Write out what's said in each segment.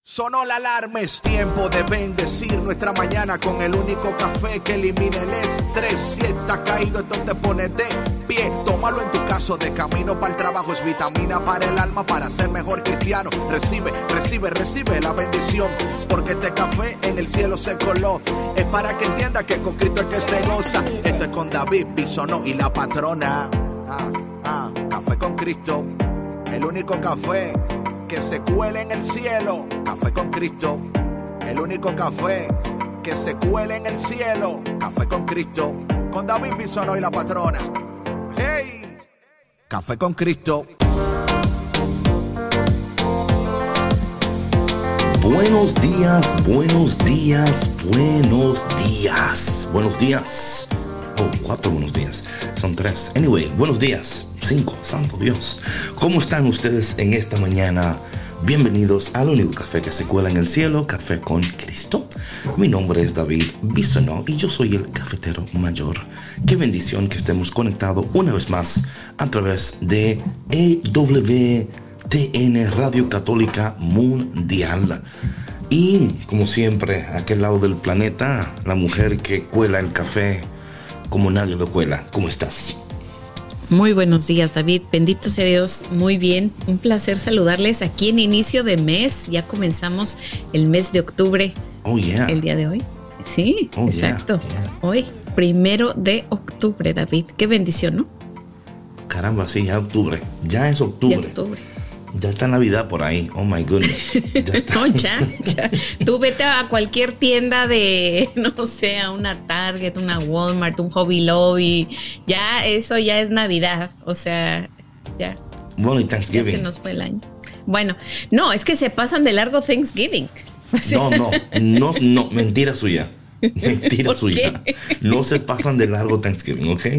Sonó la alarma, es tiempo de bendecir nuestra mañana con el único café que elimina el estrés. Si estás caído, entonces ponete de pie. Tómalo en tu caso de camino para el trabajo. Es vitamina para el alma, para ser mejor cristiano. Recibe la bendición, porque este café en el cielo se coló. Es para que entiendas que con Cristo es que se goza. Esto es con David Bisonó y la patrona. Café con Cristo, el único café que se cuele en el cielo. Café con Cristo, el único café que se cuele en el cielo. Café con Cristo, con David Bisonó y la patrona. ¡Hey! Café con Cristo. Buenos días, buenos días, buenos días. Buenos días. 4 buenos días. Son 3. Anyway, buenos días. 5. Santo Dios. ¿Cómo están ustedes en esta mañana? Bienvenidos al único café que se cuela en el cielo, Café con Cristo. Mi nombre es David Bisonó y yo soy el cafetero mayor. Qué bendición que estemos conectados una vez más a través de EWTN Radio Católica Mundial. Y como siempre, a aquel lado del planeta, la mujer que cuela el café como nadie lo cuela. ¿Cómo estás? Muy buenos días, David. Bendito sea Dios. Muy bien. Un placer saludarles aquí en inicio de mes. Ya comenzamos el mes de octubre. Oh, yeah. El día de hoy. Sí, exacto. Yeah. Hoy, 1 de octubre, David. Qué bendición, ¿no? Caramba, sí, ya octubre. Ya es octubre. Ya octubre. Ya está Navidad por ahí. Oh my goodness. Ya está. No, ya. Tú vete a cualquier tienda de, no sé, a una Target, una Walmart, un Hobby Lobby. Ya, eso ya es Navidad. O sea, ya. Bueno, y Thanksgiving. Ya se nos fue el año. Bueno, no, es que se pasan de largo Thanksgiving. O sea, no, mentira suya. Mentira suya. No se pasan de largo Thanksgiving, ¿ok?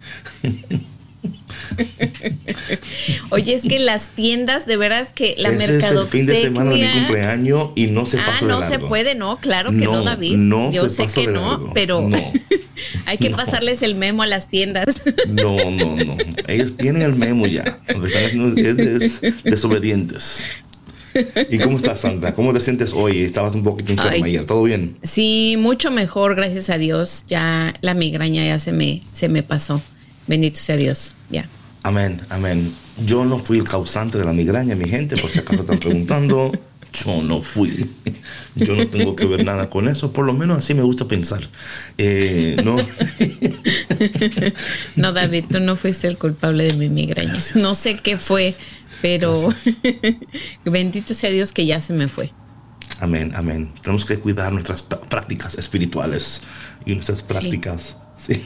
Oye, es que las tiendas, de veras que la mercadotecnia... Es el fin de semana de mi cumpleaños y no se pasa de largo. No se puede, no, claro que no, David. No, yo sé que no, pero no. Hay que pasarles el memo a las tiendas. No. Ellos tienen el memo ya. Es desobedientes. ¿Y cómo estás, Sandra? ¿Cómo te sientes hoy? Estabas un poquito enferma ayer. ¿Todo bien? Sí, mucho mejor, gracias a Dios. Ya la migraña ya se me pasó. Bendito sea Dios, ya. Amén. Yo no fui el causante de la migraña, mi gente, por si acaso están preguntando. Yo no fui. Yo no tengo que ver nada con eso. Por lo menos así me gusta pensar. No. No, David, tú no fuiste el culpable de mi migraña. Gracias, no sé qué fue, pero bendito sea Dios que ya se me fue. Amén. Tenemos que cuidar nuestras prácticas espirituales y nuestras prácticas. Sí.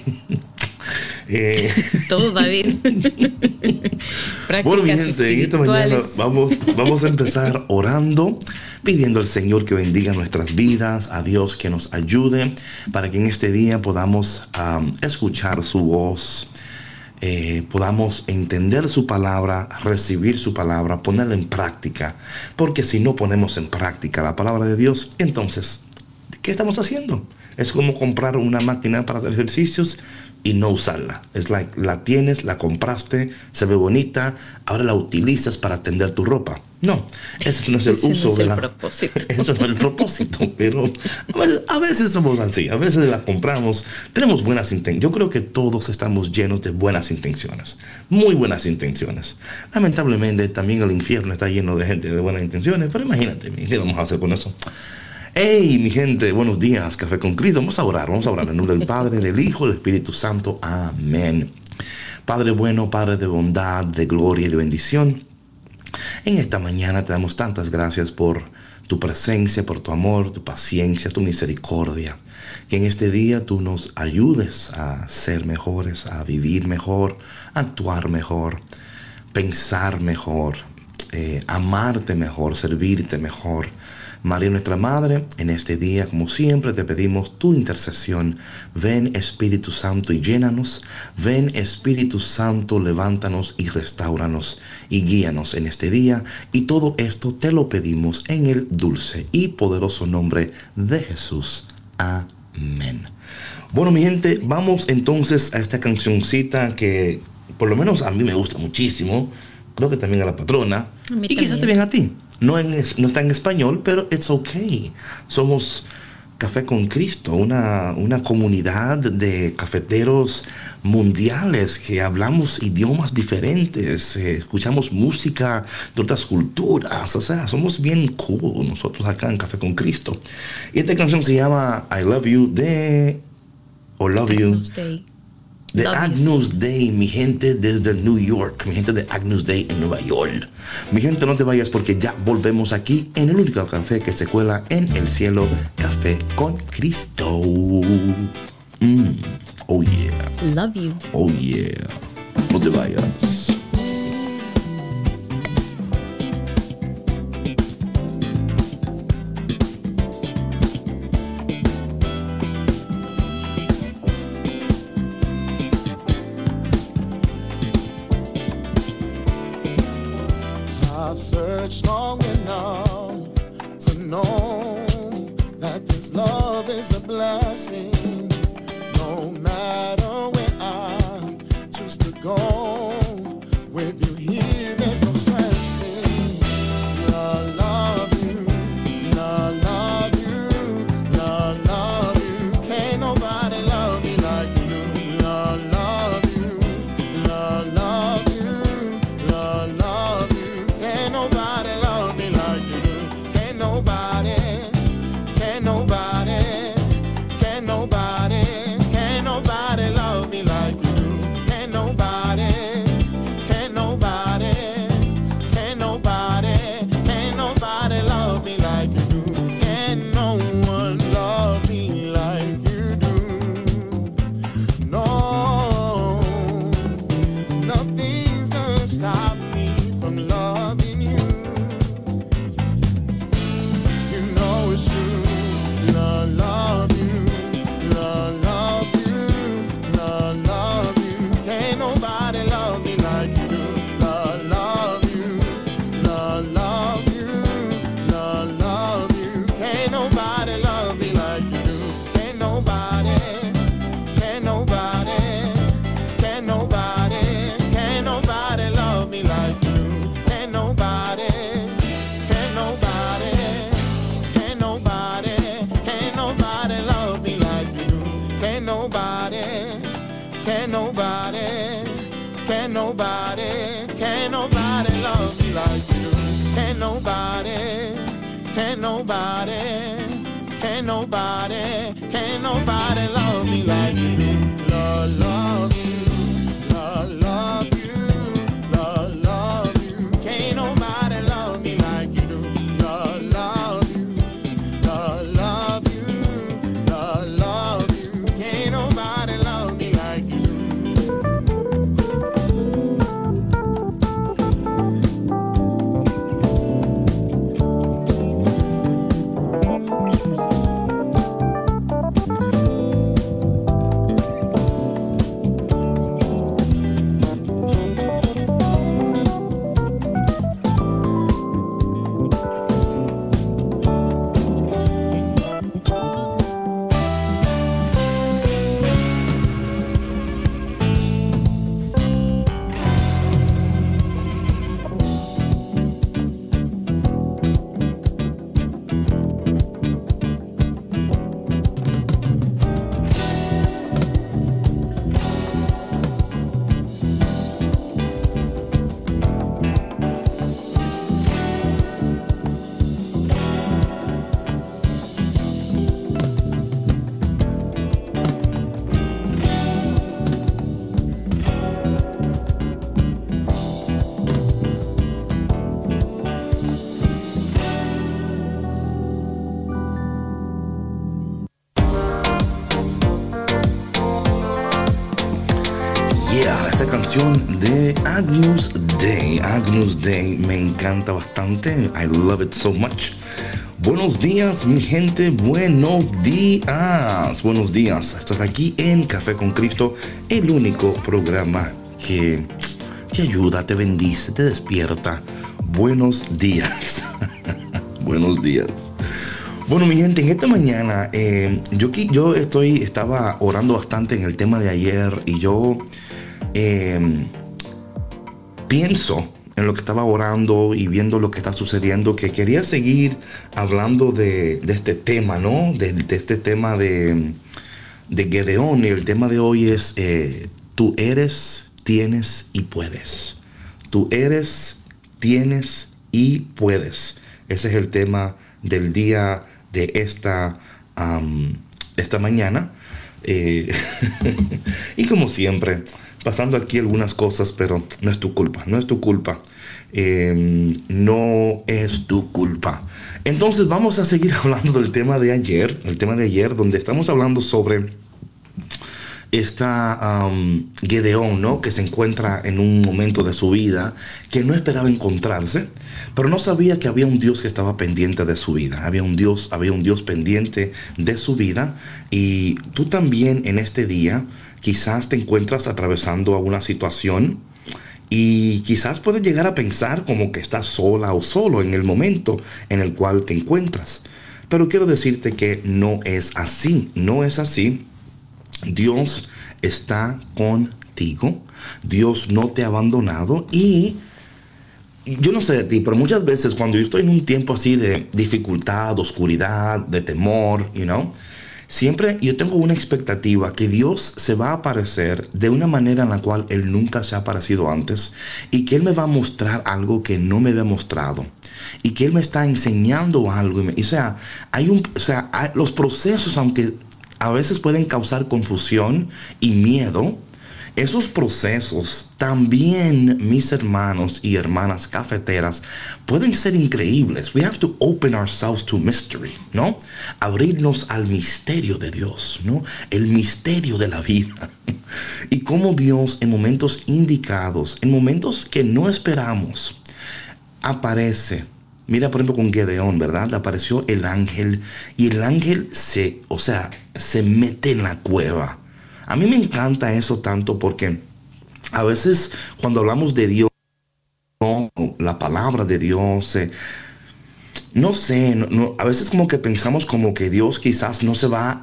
Todo, David. Bueno, mi gente, esta mañana vamos a empezar orando, pidiendo al Señor que bendiga nuestras vidas, a Dios que nos ayude para que en este día podamos escuchar su voz, podamos entender su palabra, recibir su palabra, ponerla en práctica, porque si no ponemos en práctica la palabra de Dios, entonces, ¿qué estamos haciendo? Es como comprar una máquina para hacer ejercicios y no usarla. Es la tienes, la compraste, se ve bonita, ahora la utilizas para tender tu ropa. No, ese no es el uso de la... propósito. Eso no es el propósito, pero a veces somos así, a veces la compramos, tenemos buenas intenciones. Yo creo que todos estamos llenos de buenas intenciones, muy buenas intenciones. Lamentablemente también el infierno está lleno de gente de buenas intenciones, pero imagínate, ¿qué vamos a hacer con eso? Hey, mi gente, buenos días, Café con Cristo. Vamos a orar en nombre del Padre, del Hijo, del Espíritu Santo. Amén. Padre bueno, Padre de bondad, de gloria y de bendición, en esta mañana te damos tantas gracias por tu presencia, por tu amor, tu paciencia, tu misericordia. Que en este día tú nos ayudes a ser mejores, a vivir mejor, a actuar mejor, pensar mejor, amarte mejor, servirte mejor. María nuestra Madre, en este día, como siempre, te pedimos tu intercesión. Ven Espíritu Santo y llénanos. Ven Espíritu Santo, levántanos y restáuranos y guíanos en este día. Y todo esto te lo pedimos en el dulce y poderoso nombre de Jesús. Amén. Bueno, mi gente, vamos entonces a esta cancioncita que por lo menos a mí me gusta muchísimo. Creo que también a la patrona. Y quizás también a ti. No está en español, pero it's okay. Somos Café con Cristo, una comunidad de cafeteros mundiales que hablamos idiomas diferentes, escuchamos música de otras culturas, o sea, somos bien cool nosotros acá en Café con Cristo. Y esta canción se llama I Love You Love You de Agnus Dei, mi gente desde New York, mi gente de Agnus Dei en Nueva York. Mi gente, no te vayas porque ya volvemos aquí en el único café que se cuela en el cielo, Café con Cristo. Oh yeah. Love you. Oh yeah. No te vayas. Searched long enough to know that this love is a blessing. No matter where I choose to go, with you here there's no stressing. I love you, I love you, I love you. Can't nobody love me like you do. I love you, I love you, I love you. Can't nobody love me like you do. Can't nobody, can't nobody, can't nobody, can't nobody love me like you do. Can't nobody, can't nobody, can't nobody, can't nobody love me like you do. Can't no one love me like you do. No, nothing's gonna stop me from loving you. You know it's true. I love you, I love you, I love you. Can't nobody love me like you do. I love you, I love you, I love you. Can't nobody love me like you do. Can't nobody, can't nobody, can't nobody, can't nobody love me like you do. Can't nobody, can't nobody, can't nobody, can't nobody love me like you do. Can't nobody, can't nobody, can't nobody, can't nobody love me like you do. Can't nobody, can't nobody, can't nobody, can't nobody love me like you do. Love you, love you, love you. Can't nobody love me like you do. Love you, love you, love you. Can't nobody love me like you do. Yeah, esa canción de Agnus Dei. Agnus Dei me encanta bastante. I love it so much. Buenos días, mi gente. Buenos días. Buenos días. Estás aquí en Café con Cristo, el único programa que te ayuda, te bendice, te despierta. Buenos días. Buenos días. Bueno, mi gente, en esta mañana yo estaba orando bastante en el tema de ayer y yo pienso en lo que estaba orando y viendo lo que está sucediendo, que quería seguir hablando de este tema, ¿no? De este tema de Gedeón. Y el tema de hoy es tú eres, tienes y puedes. Tú eres, tienes y puedes. Ese es el tema del día de esta mañana. Y como siempre, pasando aquí algunas cosas, pero no es tu culpa, no es tu culpa. No es tu culpa. Entonces vamos a seguir hablando del tema de ayer, donde estamos hablando sobre Gedeón, ¿no? Que se encuentra en un momento de su vida que no esperaba encontrarse, pero no sabía que había un Dios que estaba pendiente de su vida. Había un Dios pendiente de su vida. Y tú también en este día quizás te encuentras atravesando alguna situación y quizás puedes llegar a pensar como que estás sola o solo en el momento en el cual te encuentras. Pero quiero decirte que no es así, no es así. Dios está contigo. Dios no te ha abandonado. Y yo no sé de ti, pero muchas veces cuando yo estoy en un tiempo así de dificultad, oscuridad, de temor, siempre yo tengo una expectativa que Dios se va a aparecer de una manera en la cual Él nunca se ha aparecido antes, y que Él me va a mostrar algo que no me había mostrado, y que Él me está enseñando algo. Los procesos, aunque a veces pueden causar confusión y miedo, esos procesos también, mis hermanos y hermanas cafeteras, pueden ser increíbles. We have to open ourselves to mystery, ¿no? Abrirnos al misterio de Dios, ¿no? El misterio de la vida. Y cómo Dios en momentos indicados, en momentos que no esperamos, aparece. Mira, por ejemplo, con Gedeón, ¿verdad? Apareció el ángel y el ángel se mete en la cueva. A mí me encanta eso tanto porque a veces cuando hablamos de Dios, la palabra de Dios, no sé, a veces como que pensamos como que Dios quizás no va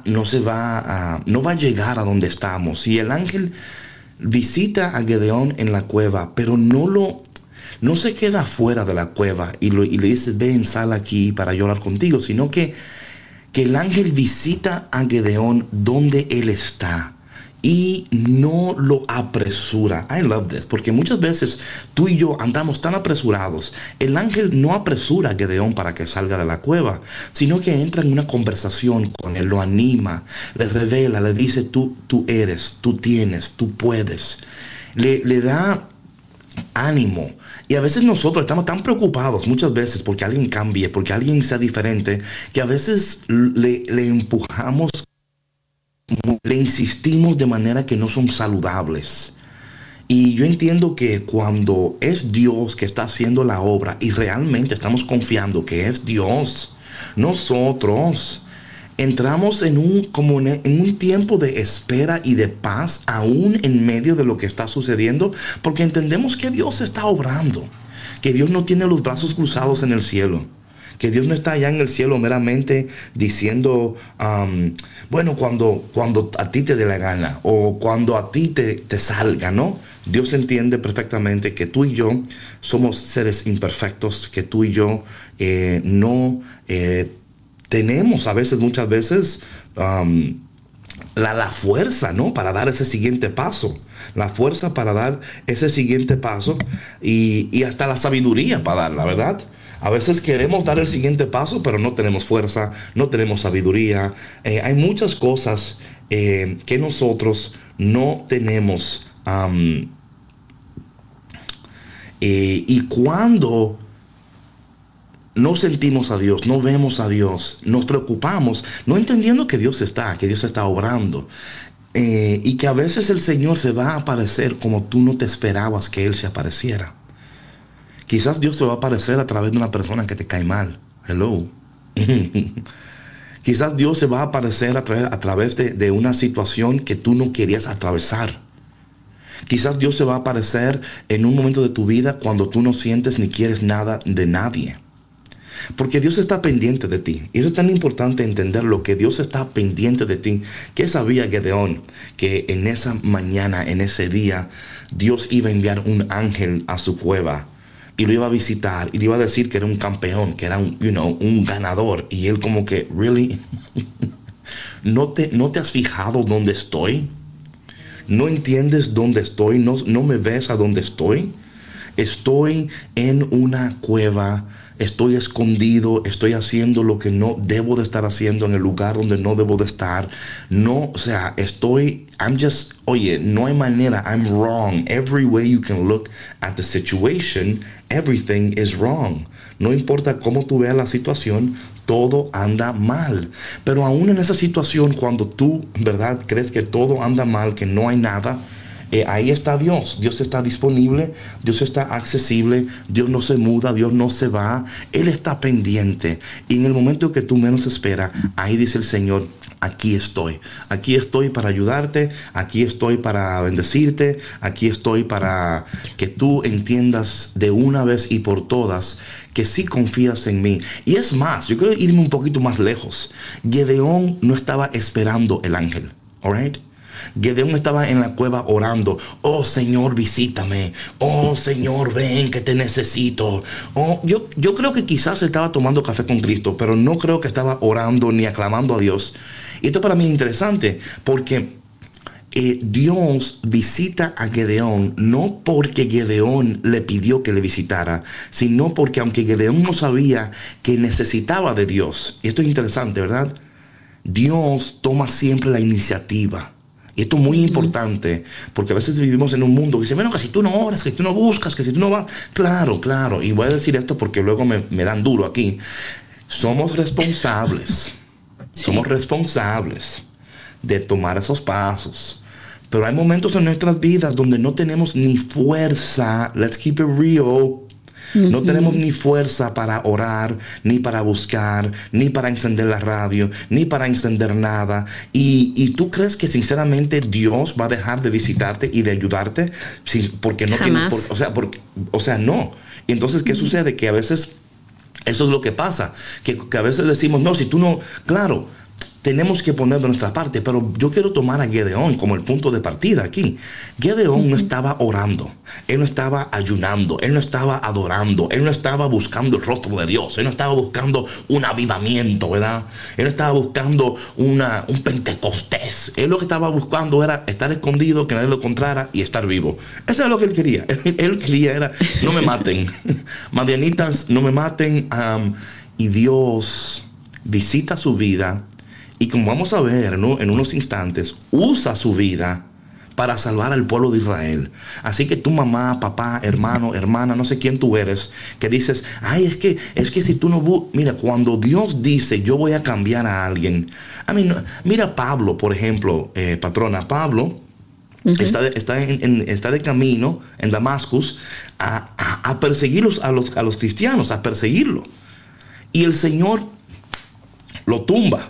a llegar a donde estamos. Y el ángel visita a Gedeón en la cueva, pero no se queda fuera de la cueva y le dice, ven, sal aquí para yo hablar contigo, sino que el ángel visita a Gedeón donde él está y no lo apresura. I love this, porque muchas veces tú y yo andamos tan apresurados. El ángel no apresura a Gedeón para que salga de la cueva, sino que entra en una conversación con él, lo anima, le revela, le dice, tú eres, tú tienes, tú puedes. Le da ánimo. Y a veces nosotros estamos tan preocupados muchas veces porque alguien cambie, porque alguien sea diferente, que a veces le empujamos, le insistimos de manera que no son saludables. Y yo entiendo que cuando es Dios que está haciendo la obra y realmente estamos confiando que es Dios, nosotros entramos en un tiempo de espera y de paz, aún en medio de lo que está sucediendo, porque entendemos que Dios está obrando, que Dios no tiene los brazos cruzados en el cielo, que Dios no está allá en el cielo meramente diciendo, bueno, cuando a ti te dé la gana o cuando a ti te salga, ¿no? Dios entiende perfectamente que tú y yo somos seres imperfectos, que tú y yo no tenemos muchas veces la fuerza, ¿no? Para dar ese siguiente paso. La fuerza para dar ese siguiente paso y hasta la sabiduría para darla, ¿verdad? A veces queremos dar el siguiente paso, pero no tenemos fuerza, no tenemos sabiduría. Hay muchas cosas que nosotros no tenemos. Y cuando no sentimos a Dios, no vemos a Dios, nos preocupamos, no entendiendo que Dios está obrando. Y que a veces el Señor se va a aparecer como tú no te esperabas que Él se apareciera. Quizás Dios se va a aparecer a través de una persona que te cae mal. Hello. Quizás Dios se va a aparecer a través de una situación que tú no querías atravesar. Quizás Dios se va a aparecer en un momento de tu vida cuando tú no sientes ni quieres nada de nadie. Porque Dios está pendiente de ti. Y eso es tan importante entenderlo, que Dios está pendiente de ti. ¿Qué sabía Gedeón? Que en esa mañana, en ese día, Dios iba a enviar un ángel a su cueva. y lo iba a visitar y le iba a decir que era un campeón, que era un ganador. Y él como que, ¿really? ¿No te has fijado dónde estoy? ¿No entiendes dónde estoy? ¿No me ves a dónde estoy? Estoy en una cueva, estoy escondido, estoy haciendo lo que no debo de estar haciendo en el lugar donde no debo de estar. No, o sea, no hay manera, I'm wrong. Every way you can look at the situation, everything is wrong. No importa cómo tú veas la situación, todo anda mal. Pero aún en esa situación, cuando tú, ¿verdad?, crees que todo anda mal, que no hay nada, ahí está Dios. Dios está disponible, Dios está accesible, Dios no se muda, Dios no se va, Él está pendiente. Y en el momento que tú menos esperas, ahí dice el Señor, aquí estoy para ayudarte, aquí estoy para bendecirte, aquí estoy para que tú entiendas de una vez y por todas que sí confías en mí. Y es más, yo quiero irme un poquito más lejos. Gedeón no estaba esperando el ángel, alright. Gedeón estaba en la cueva orando. Oh Señor, visítame. Oh Señor, ven que te necesito. Yo creo que quizás estaba tomando café con Cristo, pero no creo que estaba orando ni aclamando a Dios. Y esto para mí es interesante porque Dios visita a Gedeón no porque Gedeón le pidió que le visitara, sino porque aunque Gedeón no sabía que necesitaba de Dios. Y esto es interesante, ¿verdad? Dios toma siempre la iniciativa. Y esto es muy importante, porque a veces vivimos en un mundo que dice, bueno, que si tú no oras, que si tú no buscas, que si tú no vas. Claro. Y voy a decir esto porque luego me dan duro aquí. Somos responsables. Sí. Somos responsables de tomar esos pasos. Pero hay momentos en nuestras vidas donde no tenemos ni fuerza. Let's keep it real. No tenemos ni fuerza para orar, ni para buscar, ni para encender la radio, ni para encender nada. Y tú crees que sinceramente Dios va a dejar de visitarte y de ayudarte, porque no tienes, no. Y entonces, ¿qué sucede? Que a veces eso es lo que pasa, que a veces decimos, no, si tú no, claro, tenemos que poner de nuestra parte, pero yo quiero tomar a Gedeón como el punto de partida aquí. Gedeón no estaba orando, él no estaba ayunando, él no estaba adorando, él no estaba buscando el rostro de Dios, él no estaba buscando un avivamiento, ¿verdad? Él no estaba buscando un Pentecostés. Él lo que estaba buscando era estar escondido, que nadie lo encontrara y estar vivo. Eso es lo que él quería. Él quería era, no me maten, madianitas, no me maten. Y Dios visita su vida. Y como vamos a ver, ¿no?, en unos instantes, usa su vida para salvar al pueblo de Israel. Así que tu mamá, papá, hermano, hermana, no sé quién tú eres, que dices, ay, es que si tú no... Mira, cuando Dios dice, yo voy a cambiar a alguien. Mira Pablo, por ejemplo, patrona, Pablo está de camino en Damascus a perseguir a los cristianos, a perseguirlo. Y el Señor lo tumba.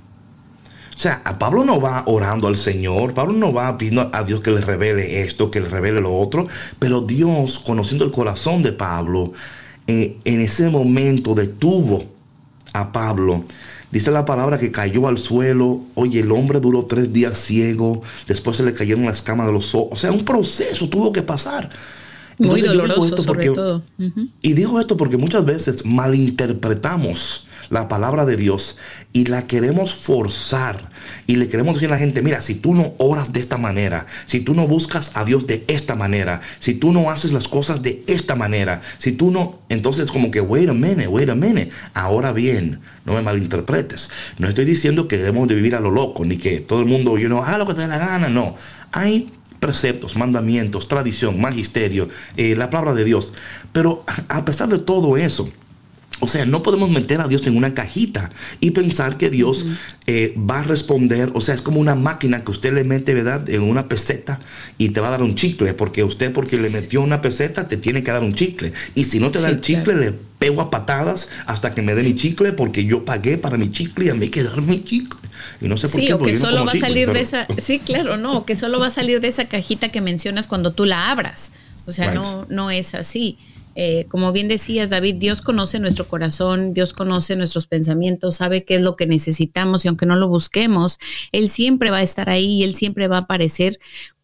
O sea, a Pablo no va orando al Señor, Pablo no va pidiendo a Dios que le revele esto, que le revele lo otro, pero Dios, conociendo el corazón de Pablo, en ese momento detuvo a Pablo. Dice la palabra que cayó al suelo. Oye, el hombre duró 3 días ciego, después se le cayeron las escamas de los ojos. O sea, un proceso tuvo que pasar. Entonces, muy doloroso, sobre todo. Y digo esto porque muchas veces malinterpretamos la palabra de Dios y la queremos forzar y le queremos decir a la gente, mira, si tú no oras de esta manera, si tú no buscas a Dios de esta manera, si tú no haces las cosas de esta manera, si tú no, entonces como que wait a minute. Ahora bien, no me malinterpretes, no estoy diciendo que debemos de vivir a lo loco, ni que todo el mundo, haga lo que te dé la gana. No, hay preceptos, mandamientos, tradición, magisterio, la palabra de Dios. Pero a pesar de todo eso, o sea, no podemos meter a Dios en una cajita y pensar que Dios va a responder. O sea, es como una máquina que usted le mete, ¿verdad?, en una peseta y te va a dar un chicle. Porque le metió una peseta, te tiene que dar un chicle. Y si no te da el chicle, le pego a patadas hasta que me dé mi chicle, porque yo pagué para mi chicle y a mí hay que dar mi chicle. Y no sé por qué. O que solo va a salir de esa... Sí, claro, no. Que solo va a salir de esa cajita que mencionas cuando tú la abras. O sea, no es así. Como bien decías, David, Dios conoce nuestro corazón, Dios conoce nuestros pensamientos, sabe qué es lo que necesitamos y aunque no lo busquemos, Él siempre va a estar ahí y Él siempre va a aparecer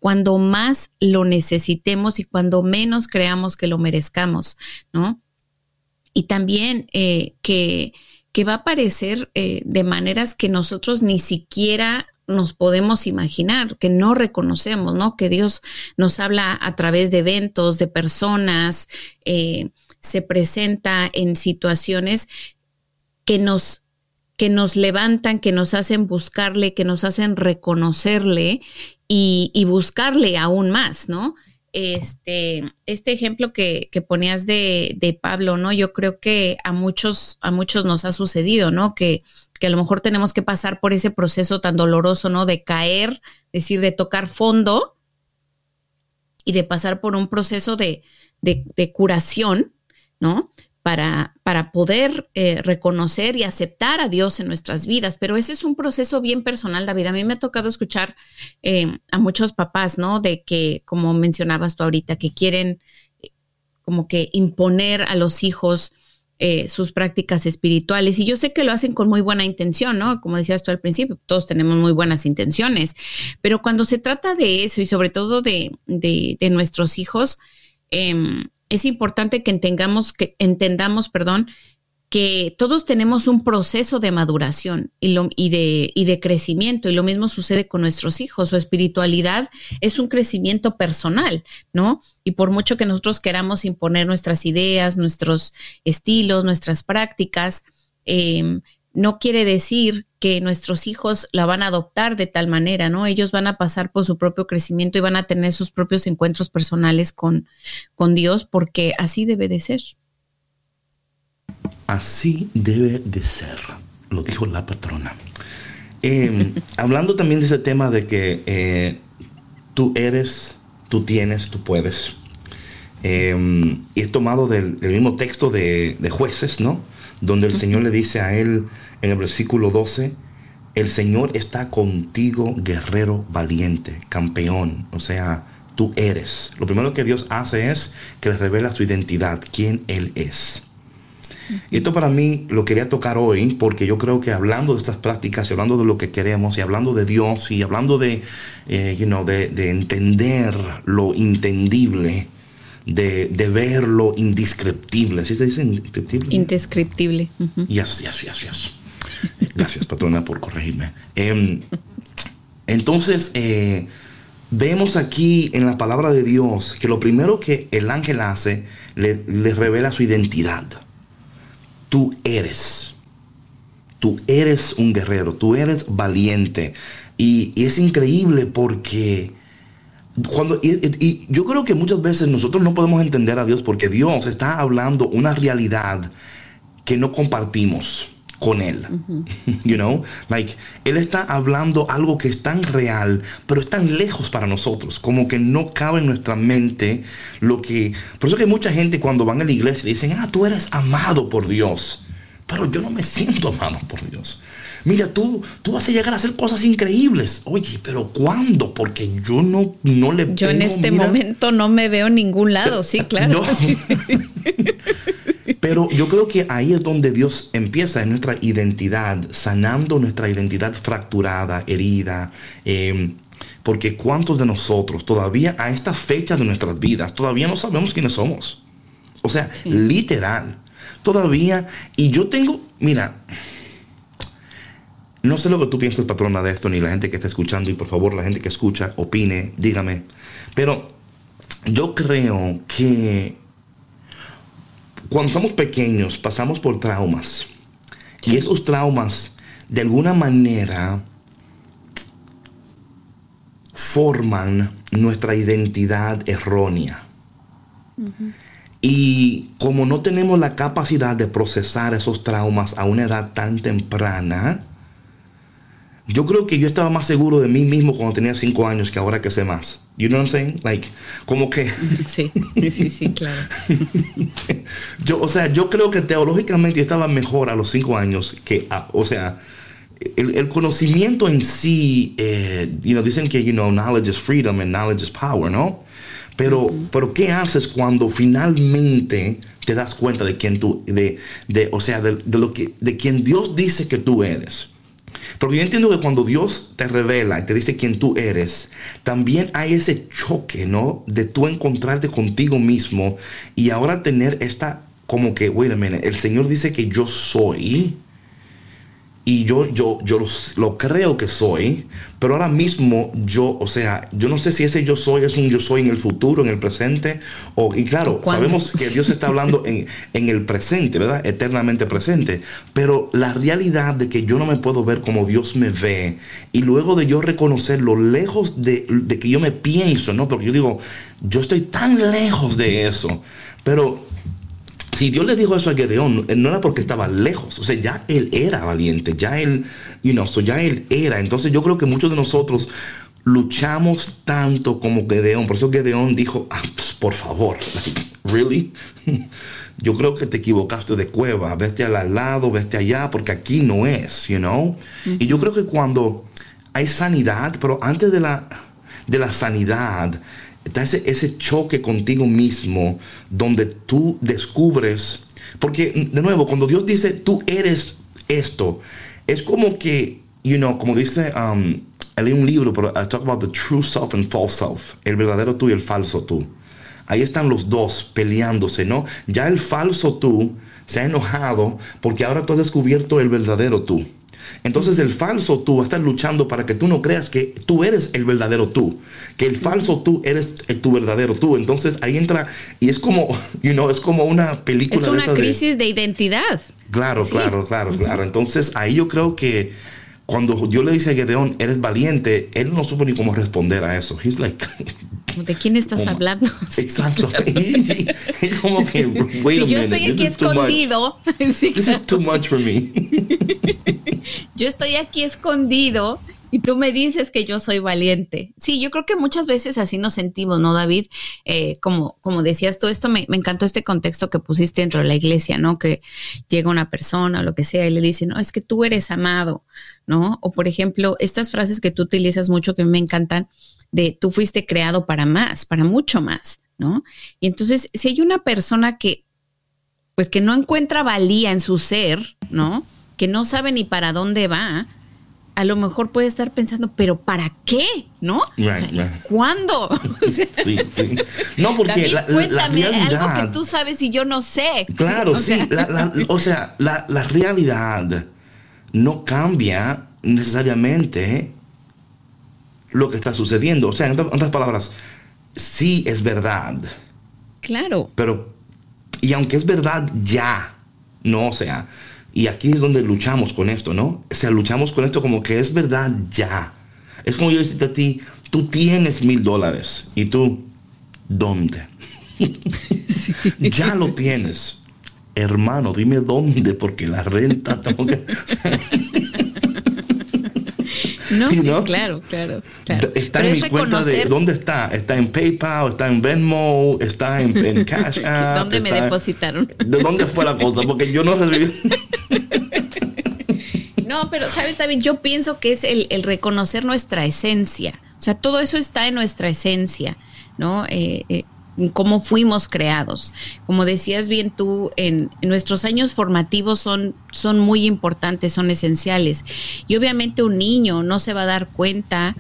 cuando más lo necesitemos y cuando menos creamos que lo merezcamos, ¿no? Y también que va a aparecer de maneras que nosotros ni siquiera nos podemos imaginar, que no reconocemos, ¿no? Que Dios nos habla a través de eventos, de personas, se presenta en situaciones que nos levantan, que nos hacen buscarle, que nos hacen reconocerle y buscarle aún más, ¿no? Este ejemplo que ponías de Pablo, ¿no? Yo creo que a muchos nos ha sucedido, ¿no? Que a lo mejor tenemos que pasar por ese proceso tan doloroso, ¿no? De caer, es decir, de tocar fondo y de pasar por un proceso de curación, ¿no? Para poder reconocer y aceptar a Dios en nuestras vidas. Pero ese es un proceso bien personal, David. A mí me ha tocado escuchar a muchos papás, ¿no? De que, como mencionabas tú ahorita, que quieren como que imponer a los hijos sus prácticas espirituales. Y yo sé que lo hacen con muy buena intención, ¿no? Como decías tú al principio, todos tenemos muy buenas intenciones. Pero cuando se trata de eso y sobre todo de nuestros hijos, es importante que entendamos, que todos tenemos un proceso de maduración y de crecimiento, y lo mismo sucede con nuestros hijos. Su espiritualidad es un crecimiento personal, ¿no? Y por mucho que nosotros queramos imponer nuestras ideas, nuestros estilos, nuestras prácticas, no quiere decir que nuestros hijos la van a adoptar de tal manera, ¿no? Ellos van a pasar por su propio crecimiento y van a tener sus propios encuentros personales con Dios, porque así debe de ser. Así debe de ser, lo dijo la patrona. Hablando también de ese tema de que tú eres, tú tienes, tú puedes. Y es tomado del mismo texto de Jueces, ¿no? Donde el Señor le dice a él en el versículo 12, el Señor está contigo, guerrero valiente, campeón. O sea, tú eres. Lo primero que Dios hace es que le revela su identidad, quién Él es. Y esto para mí lo quería tocar hoy porque yo creo que hablando de estas prácticas y hablando de lo que queremos y hablando de Dios y hablando de entender lo entendible, de ver lo indescriptible. ¿Sí se dice indescriptible? Indescriptible. Yes. Gracias, patrona, por corregirme. Entonces, vemos aquí en la palabra de Dios que lo primero que el ángel hace, le revela su identidad. Tú eres un guerrero, tú eres valiente. Y es increíble porque y yo creo que muchas veces nosotros no podemos entender a Dios porque Dios está hablando una realidad que no compartimos con Él. You know, like, Él está hablando algo que es tan real, pero es tan lejos para nosotros, como que no cabe en nuestra mente por eso que mucha gente cuando van a la iglesia dicen, tú eres amado por Dios, pero yo no me siento amado por Dios. Mira, tú vas a llegar a hacer cosas increíbles. Oye, pero ¿cuándo? Porque yo no le Yo en este momento no me veo en ningún lado, sí, claro. No. Sí. Pero yo creo que ahí es donde Dios empieza en nuestra identidad, sanando nuestra identidad fracturada, herida. Porque ¿cuántos de nosotros todavía a esta fecha de nuestras vidas todavía no sabemos quiénes somos? O sea, sí. Literal. Todavía. Y yo tengo, mira, no sé lo que tú piensas, patrona, de esto, ni la gente que está escuchando. Y por favor, la gente que escucha, opine, dígame. Pero yo creo que cuando somos pequeños pasamos por traumas. Y esos traumas, de alguna manera, forman nuestra identidad errónea. Uh-huh. Y como no tenemos la capacidad de procesar esos traumas a una edad tan temprana, yo creo que yo estaba más seguro de mí mismo cuando tenía 5 años que ahora que sé más. You know what I'm saying? Like, como que... Sí, claro. Yo creo que teológicamente yo estaba mejor a los 5 años que... el conocimiento en sí, dicen que, knowledge is freedom and knowledge is power, ¿no? Pero ¿qué haces cuando finalmente te das cuenta de quién tú, de quién Dios dice que tú eres? Porque yo entiendo que cuando Dios te revela y te dice quién tú eres, también hay ese choque, ¿no? De tú encontrarte contigo mismo y ahora tener esta, como que, wait a minute, el Señor dice que yo soy. Y yo lo creo que soy, pero ahora mismo yo no sé si ese yo soy es un yo soy en el futuro, en el presente, y claro, sabemos que Dios está hablando en el presente, ¿verdad? Eternamente presente, pero la realidad de que yo no me puedo ver como Dios me ve, y luego de yo reconocer lo lejos de que yo me pienso, ¿no? Porque yo digo, yo estoy tan lejos de eso, pero si Dios le dijo eso a Gedeón, no era porque estaba lejos. O sea, ya él era valiente. Ya él, ya él era. Entonces yo creo que muchos de nosotros luchamos tanto como Gedeón. Por eso Gedeón dijo, pues, por favor, like, ¿really? Yo creo que te equivocaste de cueva. Vete al lado, vete allá, porque aquí no es, Uh-huh. Y yo creo que cuando hay sanidad, pero antes de la sanidad, está ese choque contigo mismo donde tú descubres, porque de nuevo, cuando Dios dice tú eres esto, es como que, como dice, leí un libro, pero I talk about the true self and false self, el verdadero tú y el falso tú. Ahí están los dos peleándose, ¿no? Ya el falso tú se ha enojado porque ahora tú has descubierto el verdadero tú. Entonces el falso tú va a estar luchando para que tú no creas que tú eres el verdadero tú, que el falso tú eres tu verdadero tú. Entonces ahí entra y es como, es como una película. Es una crisis de identidad. Claro, sí. Claro. Entonces ahí yo creo que cuando yo le dice a Gedeón, eres valiente, él no supo ni cómo responder a eso. He's like, ¿de quién estás hablando? Exacto. Claro. Y como que, wait a minute. Yo estoy aquí escondido. This is too much for me. Yo estoy aquí escondido y tú me dices que yo soy valiente. Sí, yo creo que muchas veces así nos sentimos, ¿no, David? Como decías tú, esto me encantó este contexto que pusiste dentro de la iglesia, ¿no? Que llega una persona o lo que sea y le dice, no, es que tú eres amado, ¿no? O por ejemplo, estas frases que tú utilizas mucho que me encantan, de tú fuiste creado para más, para mucho más, ¿no? Y entonces, si hay una persona que no encuentra valía en su ser, ¿no? Que no sabe ni para dónde va, a lo mejor puede estar pensando, ¿pero para qué? ¿No? Right. ¿Cuándo? O sea, sí. No, porque David, cuéntame la realidad, algo que tú sabes y yo no sé. Claro, sí. La realidad no cambia necesariamente lo que está sucediendo. O sea, en otras palabras, sí es verdad. Claro. Pero, y aunque es verdad ya, ¿no? O sea, y aquí es donde luchamos con esto, ¿no? O sea, luchamos con esto como que es verdad ya. Es como yo decirte a ti, tú tienes $1,000 y tú, ¿dónde? Sí. Ya lo tienes. Hermano, dime dónde, porque la renta tengo que... No, sí, claro. Está pero en mi cuenta de dónde está. Está en PayPal, está en Venmo, está en Cash App. ¿Dónde me depositaron? ¿De dónde fue la cosa? Porque yo no recibí. No, pero sabes, David, yo pienso que es el reconocer nuestra esencia. O sea, todo eso está en nuestra esencia, ¿no? Cómo fuimos creados. Como decías bien tú, en nuestros años formativos son muy importantes, son esenciales. Y obviamente un niño no se va a dar cuenta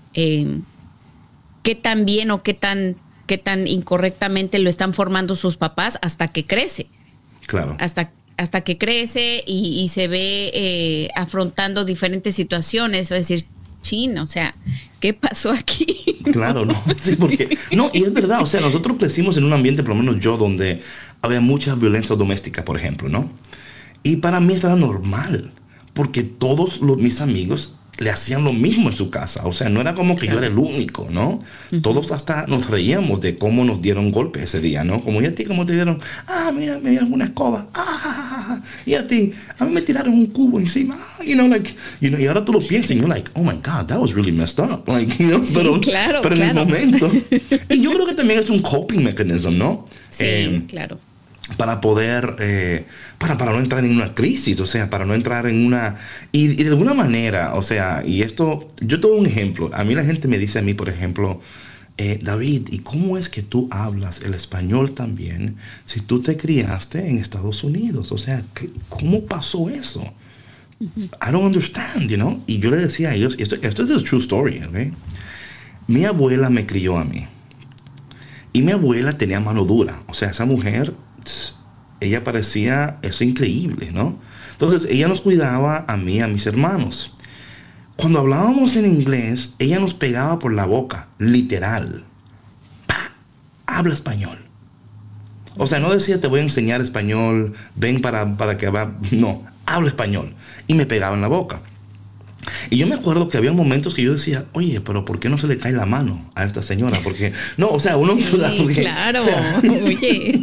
qué tan bien o qué tan incorrectamente lo están formando sus papás hasta que crece. Claro. Hasta que crece y se ve afrontando diferentes situaciones. Va a decir, chin, o sea, ¿qué pasó aquí? Claro, no, sí, porque, no, y es verdad, o sea, nosotros crecimos en un ambiente, por lo menos yo, donde había mucha violencia doméstica, por ejemplo, ¿no? Y para mí era normal, porque todos mis amigos le hacían lo mismo en su casa, o sea, no era como que yo era el único, ¿no? Uh-huh. Todos hasta nos reíamos de cómo nos dieron golpes ese día, ¿no? Como, ¿y a ti cómo te dieron? Mira, me dieron una escoba, y a ti, a mí me tiraron un cubo encima, y ahora tú lo piensas, y you're like, oh my God, that was really messed up, like, sí, pero claro. En el momento, y yo creo que también es un coping mechanism, ¿no? Sí, claro. Para poder, para no entrar en una crisis, o sea, para no entrar en una... Y de alguna manera, o sea, y esto, yo te doy un ejemplo. A mí la gente me dice a mí, por ejemplo, David, ¿y cómo es que tú hablas el español también si tú te criaste en Estados Unidos? O sea, ¿cómo pasó eso? I don't understand, you know. Y yo le decía a ellos, esto es a true story, ¿ok? Mi abuela me crió a mí. Y mi abuela tenía mano dura. O sea, esa mujer, ella parecía, eso increíble, ¿no? Entonces, ella nos cuidaba a mí, a mis hermanos. Cuando hablábamos en inglés, ella nos pegaba por la boca, literal. ¡Pah! Habla español. O sea, no decía, te voy a enseñar español, ven para que haga. No, habla español. Y me pegaba en la boca. Y yo me acuerdo que había momentos que yo decía, oye, pero ¿por qué no se le cae la mano a esta señora? Porque, no, o sea, uno... Sí, porque, claro, o sea, oye.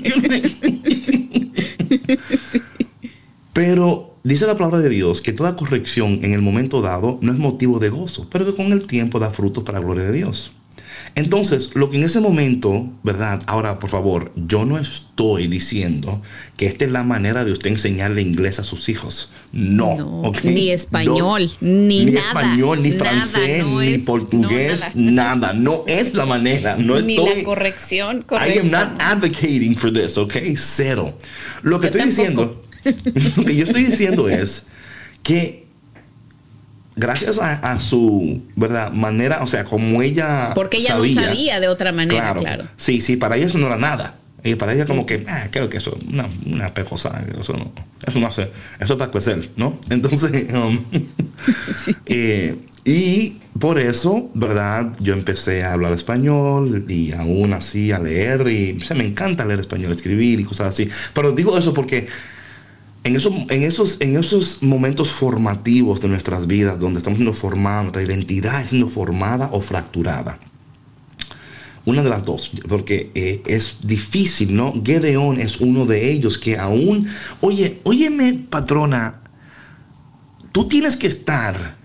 Sí. Pero dice la palabra de Dios que toda corrección en el momento dado no es motivo de gozo, pero que con el tiempo da frutos para la gloria de Dios. Entonces, lo que en ese momento, ¿verdad? Ahora, por favor, yo no estoy diciendo que esta es la manera de usted enseñarle inglés a sus hijos. No. ¿Okay? Ni español, no, ni nada. Español, ni francés, no ni es, portugués, nada. No es la manera. No ni estoy, la corrección correcta. I am not advocating for this, ¿ok? Cero. Lo que lo que yo estoy diciendo es que gracias a su, ¿verdad?, manera, o sea, como ella porque ella no sabía de otra manera, claro. Sí, para ella eso no era nada. Y para ella como que, creo que eso es una pecosa, eso no hace, eso es para crecer, ¿no? Entonces, Sí. y por eso, ¿verdad?, yo empecé a hablar español y aún así a leer y me encanta leer español, escribir y cosas así. Pero digo eso porque en esos momentos formativos de nuestras vidas, donde estamos siendo formados, nuestra identidad siendo formada o fracturada. Una de las dos, porque es difícil, ¿no? Gedeón es uno de ellos que aún... Óyeme, patrona, tú tienes que estar...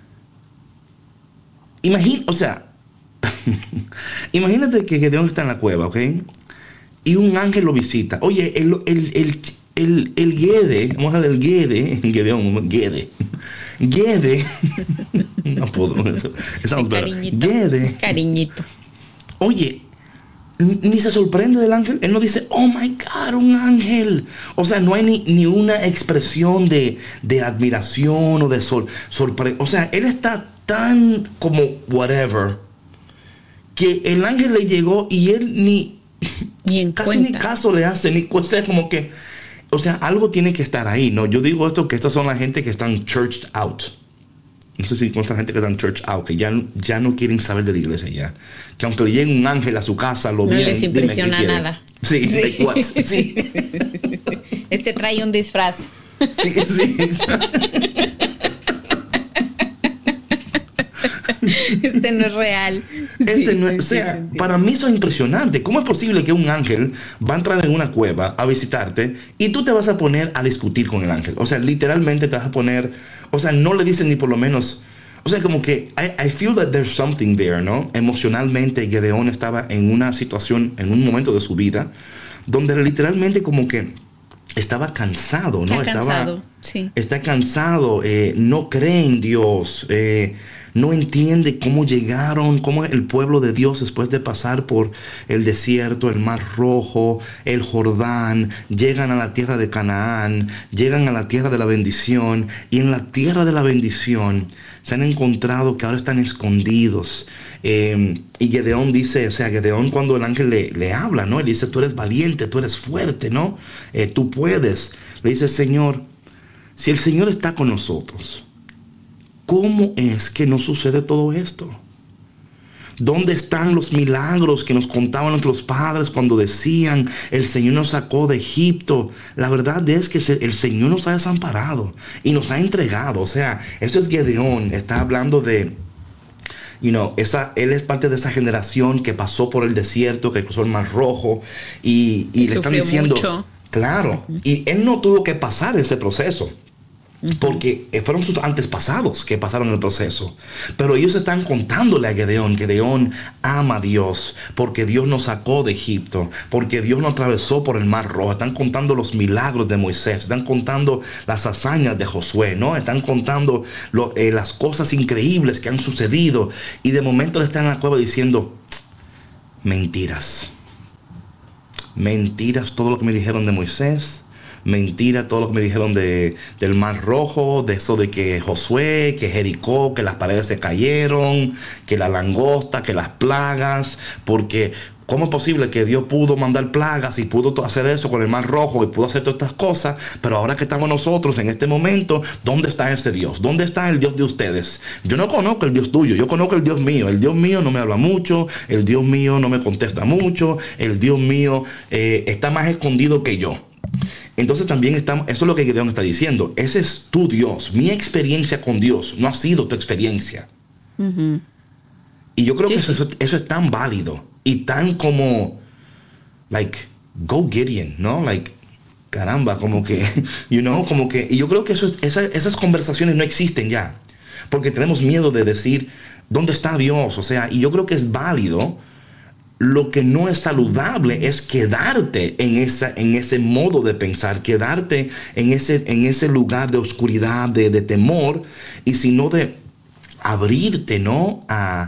imagínate que Gedeón está en la cueva, ¿ok? Y un ángel lo visita. Oye, el Gede, vamos a ver el Gede, Gedeón, Gede, no puedo, Gede, cariñito. Oye, ni se sorprende del ángel, él no dice, oh my God, un ángel. O sea, no hay ni una expresión de admiración o de sorpresa. O sea, él está tan como whatever, que el ángel le llegó y él casi ni caso le hace, o sea, como que... O sea, algo tiene que estar ahí, ¿no? Yo digo esto, que estas son la gente que están churched out. No sé si consta la gente que están churched out, que ya no quieren saber de la iglesia ya. Que aunque le llegue un ángel a su casa, lo bien, no les impresiona nada. Sí, like what? Sí. Este trae un disfraz. Sí. Este no es real. O sea, para mí eso es impresionante. ¿Cómo es posible que un ángel va a entrar en una cueva a visitarte y tú te vas a poner a discutir con el ángel? O sea, literalmente te vas a poner... O sea, no le dicen ni por lo menos... O sea, como que I feel that there's something there, ¿no? Emocionalmente, Gedeón estaba en una situación, en un momento de su vida, donde literalmente como que estaba cansado, ¿no? Está cansado, no cree en Dios, no entiende cómo cómo el pueblo de Dios, después de pasar por el desierto, el Mar Rojo, el Jordán, llegan a la tierra de Canaán, llegan a la tierra de la bendición, y en la tierra de la bendición se han encontrado que ahora están escondidos. Y Gedeón dice, o sea, Gedeón, cuando el ángel le habla, ¿no? Él dice, tú eres valiente, tú eres fuerte, ¿no? Tú puedes. Le dice, Señor, si el Señor está con nosotros, ¿cómo es que no sucede todo esto? ¿Dónde están los milagros que nos contaban nuestros padres cuando decían, el Señor nos sacó de Egipto? La verdad es que el Señor nos ha desamparado y nos ha entregado. O sea, esto es Gedeón, está hablando de... él es parte de esa generación que pasó por el desierto, que cruzó el Mar Rojo y le están diciendo, mucho. Claro, y él no tuvo que pasar ese proceso, porque fueron sus antepasados que pasaron el proceso. Pero ellos están contándole a Gedeón, Gedeón ama a Dios, porque Dios nos sacó de Egipto, porque Dios nos atravesó por el Mar Rojo. Están contando los milagros de Moisés, están contando las hazañas de Josué, ¿no? Están contando las cosas increíbles que han sucedido. Y de momento le están en la cueva diciendo, mentiras, todo lo que me dijeron de Moisés, mentira todo lo que me dijeron del Mar Rojo, de eso de que Josué, que Jericó, que las paredes se cayeron, que la langosta, que las plagas, porque ¿cómo es posible que Dios pudo mandar plagas y pudo hacer eso con el Mar Rojo y pudo hacer todas estas cosas? Pero ahora que estamos nosotros en este momento, ¿dónde está ese Dios? ¿Dónde está el Dios de ustedes? Yo no conozco el Dios tuyo, yo conozco el Dios mío. El Dios mío no me habla mucho, el Dios mío no me contesta mucho, el Dios mío está más escondido que yo. Entonces también eso es lo que Gedeón está diciendo. Ese es tu Dios. Mi experiencia con Dios no ha sido tu experiencia. Uh-huh. Y yo creo que eso es tan válido. Y tan como, go Gideon, ¿no? Caramba, como que, como que, y yo creo que esas conversaciones no existen ya, porque tenemos miedo de decir, ¿dónde está Dios? O sea, y yo creo que es válido. Lo que no es saludable es quedarte en ese modo de pensar, quedarte en ese lugar de oscuridad, de temor, y sino de abrirte, ¿no?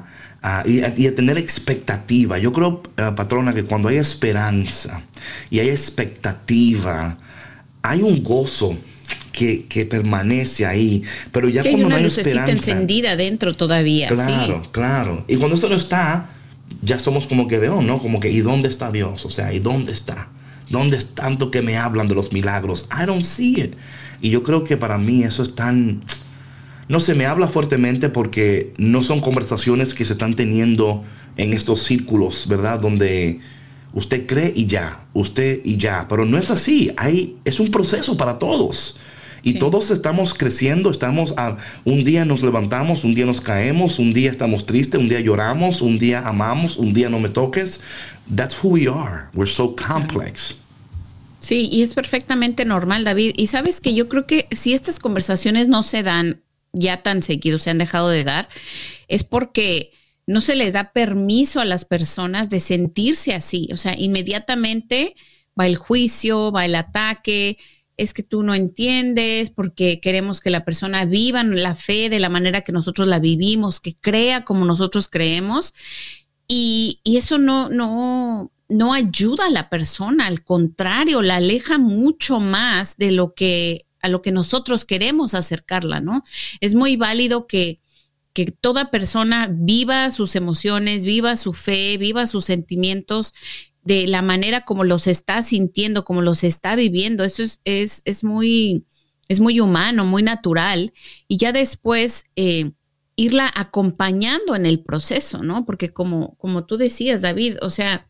Y a tener expectativa. Yo creo, patrona, que cuando hay esperanza y hay expectativa, hay un gozo que permanece ahí. Pero ya cuando no hay esperanza, hay una lucecita encendida dentro todavía. Claro, sí. Claro. Y cuando esto no está, ya somos como Gedeón, ¿no? Como que, ¿y dónde está Dios? O sea, ¿y dónde está? ¿Dónde es tanto que me hablan de los milagros? I don't see it. Y yo creo que para mí eso es tan... No sé, me habla fuertemente porque no son conversaciones que se están teniendo en estos círculos, ¿verdad? Donde usted cree y ya, pero no es así. Es un proceso para todos. Y todos estamos creciendo, un día nos levantamos, un día nos caemos, un día estamos tristes, un día lloramos, un día amamos, un día no me toques. That's who we are. We're so complex. Sí, y es perfectamente normal, David. Y sabes que yo creo que si estas conversaciones no se dan ya tan seguido, se han dejado de dar, es porque no se les da permiso a las personas de sentirse así. O sea, inmediatamente va el juicio, va el ataque, es que tú no entiendes, porque queremos que la persona viva la fe de la manera que nosotros la vivimos, que crea como nosotros creemos, y eso no ayuda a la persona, al contrario, la aleja mucho más de a lo que nosotros queremos acercarla, ¿no? Es muy válido que toda persona viva sus emociones, viva su fe, viva sus sentimientos de la manera como los está sintiendo, como los está viviendo. Eso es muy humano, muy natural. Y ya después irla acompañando en el proceso, ¿no? Porque como tú decías, David, o sea,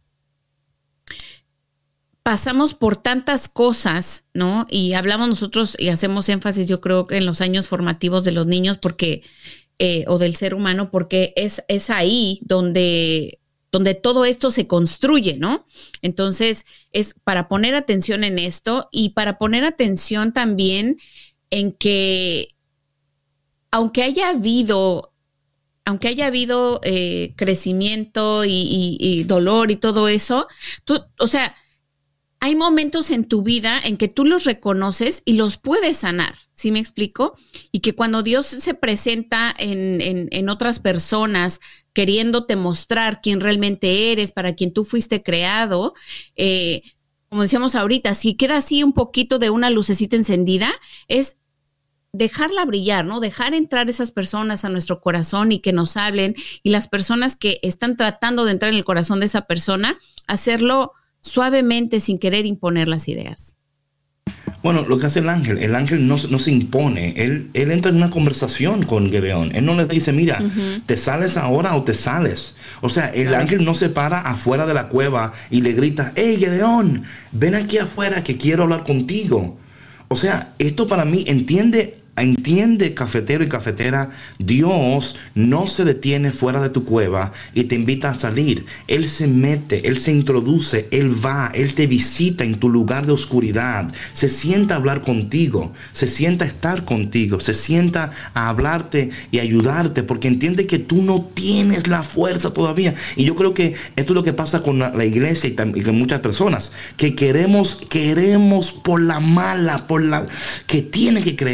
pasamos por tantas cosas, ¿no? Y hablamos nosotros y hacemos énfasis, yo creo, que en los años formativos de los niños, porque o del ser humano, porque es ahí donde todo esto se construye, ¿no? Entonces, es para poner atención en esto y para poner atención también en que aunque haya habido crecimiento y dolor y todo eso, o sea, hay momentos en tu vida en que tú los reconoces y los puedes sanar, ¿sí me explico? Y que cuando Dios se presenta en otras personas queriéndote mostrar quién realmente eres, para quien tú fuiste creado, como decíamos ahorita, si queda así un poquito de una lucecita encendida, es dejarla brillar, ¿no? Dejar entrar esas personas a nuestro corazón y que nos hablen, y las personas que están tratando de entrar en el corazón de esa persona, hacerlo suavemente, sin querer imponer las ideas. Bueno, lo que hace el ángel no se impone, él entra en una conversación con Gedeón. Él no le dice, mira, ¿te sales ahora o te sales? O sea, el ángel no se para afuera de la cueva y le grita, hey Gedeón, ven aquí afuera que quiero hablar contigo. O sea, esto para mí, entiende, cafetero y cafetera, Dios no se detiene fuera de tu cueva y te invita a salir. Él se mete, Él se introduce, Él va, Él te visita en tu lugar de oscuridad, se sienta a hablar contigo, se sienta a estar contigo, se sienta a hablarte y ayudarte, porque entiende que tú no tienes la fuerza todavía. Y yo creo que esto es lo que pasa con la iglesia y con muchas personas, que queremos por la mala, que tiene que creer, que tiene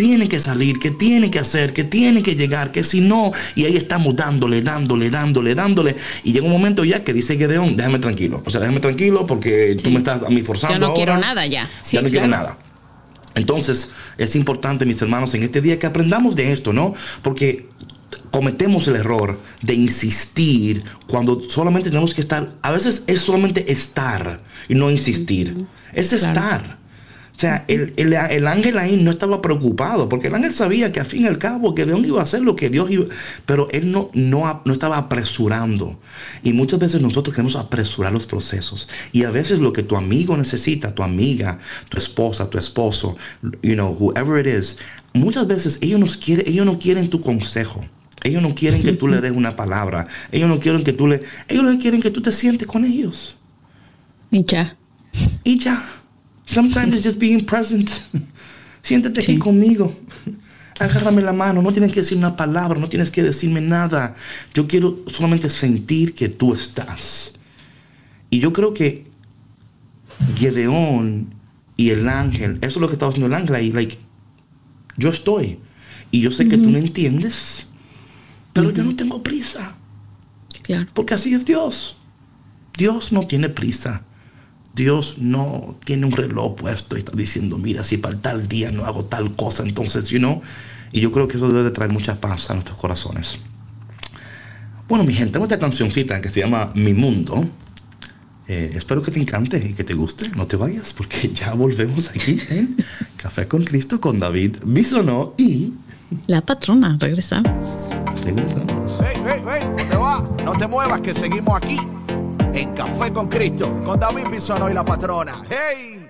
tiene que salir, que tiene que hacer, que tiene que llegar, que si no, y ahí estamos dándole, y llega un momento ya que dice Gedeón, déjame tranquilo, o sea, déjame tranquilo porque tú me estás a mí forzando. Yo no ahora, quiero nada ya. Sí, ya no quiero nada. Entonces, es importante, mis hermanos, en este día que aprendamos de esto, ¿no? Porque cometemos el error de insistir cuando solamente tenemos que estar. A veces es solamente estar y no insistir. Es estar. O sea, el ángel ahí no estaba preocupado, porque el ángel sabía que al fin y al cabo Gedeón iba a hacer lo que Dios iba, pero él no estaba apresurando. Y muchas veces nosotros queremos apresurar los procesos. Y a veces lo que tu amigo necesita, tu amiga, tu esposa, tu esposo, whoever it is, muchas veces ellos no quieren tu consejo. Ellos no quieren que tú le des una palabra. Ellos no quieren ellos quieren que tú te sientes con ellos. Y ya. Sometimes it's just being present. Siéntate aquí conmigo. Agárrame la mano. No tienes que decir una palabra. No tienes que decirme nada. Yo quiero solamente sentir que tú estás. Y yo creo que Gedeón y el ángel, eso es lo que estaba haciendo el ángel ahí. Yo estoy. Y yo sé que tú no entiendes. Pero yo no tengo prisa. Claro. Porque así es Dios. Dios no tiene prisa. Dios no tiene un reloj puesto y está diciendo, mira, si para tal día no hago tal cosa, entonces, y yo creo que eso debe de traer mucha paz a nuestros corazones. Bueno, mi gente, tengo esta cancioncita que se llama Mi Mundo. Espero que te encante y que te guste. No te vayas porque ya volvemos aquí en Café con Cristo con David Bisonó y... La Patrona. Regresamos. Hey, ¿dónde va? No te muevas que seguimos aquí en Café con Cristo, con David Bisonó y La Patrona. ¡Hey!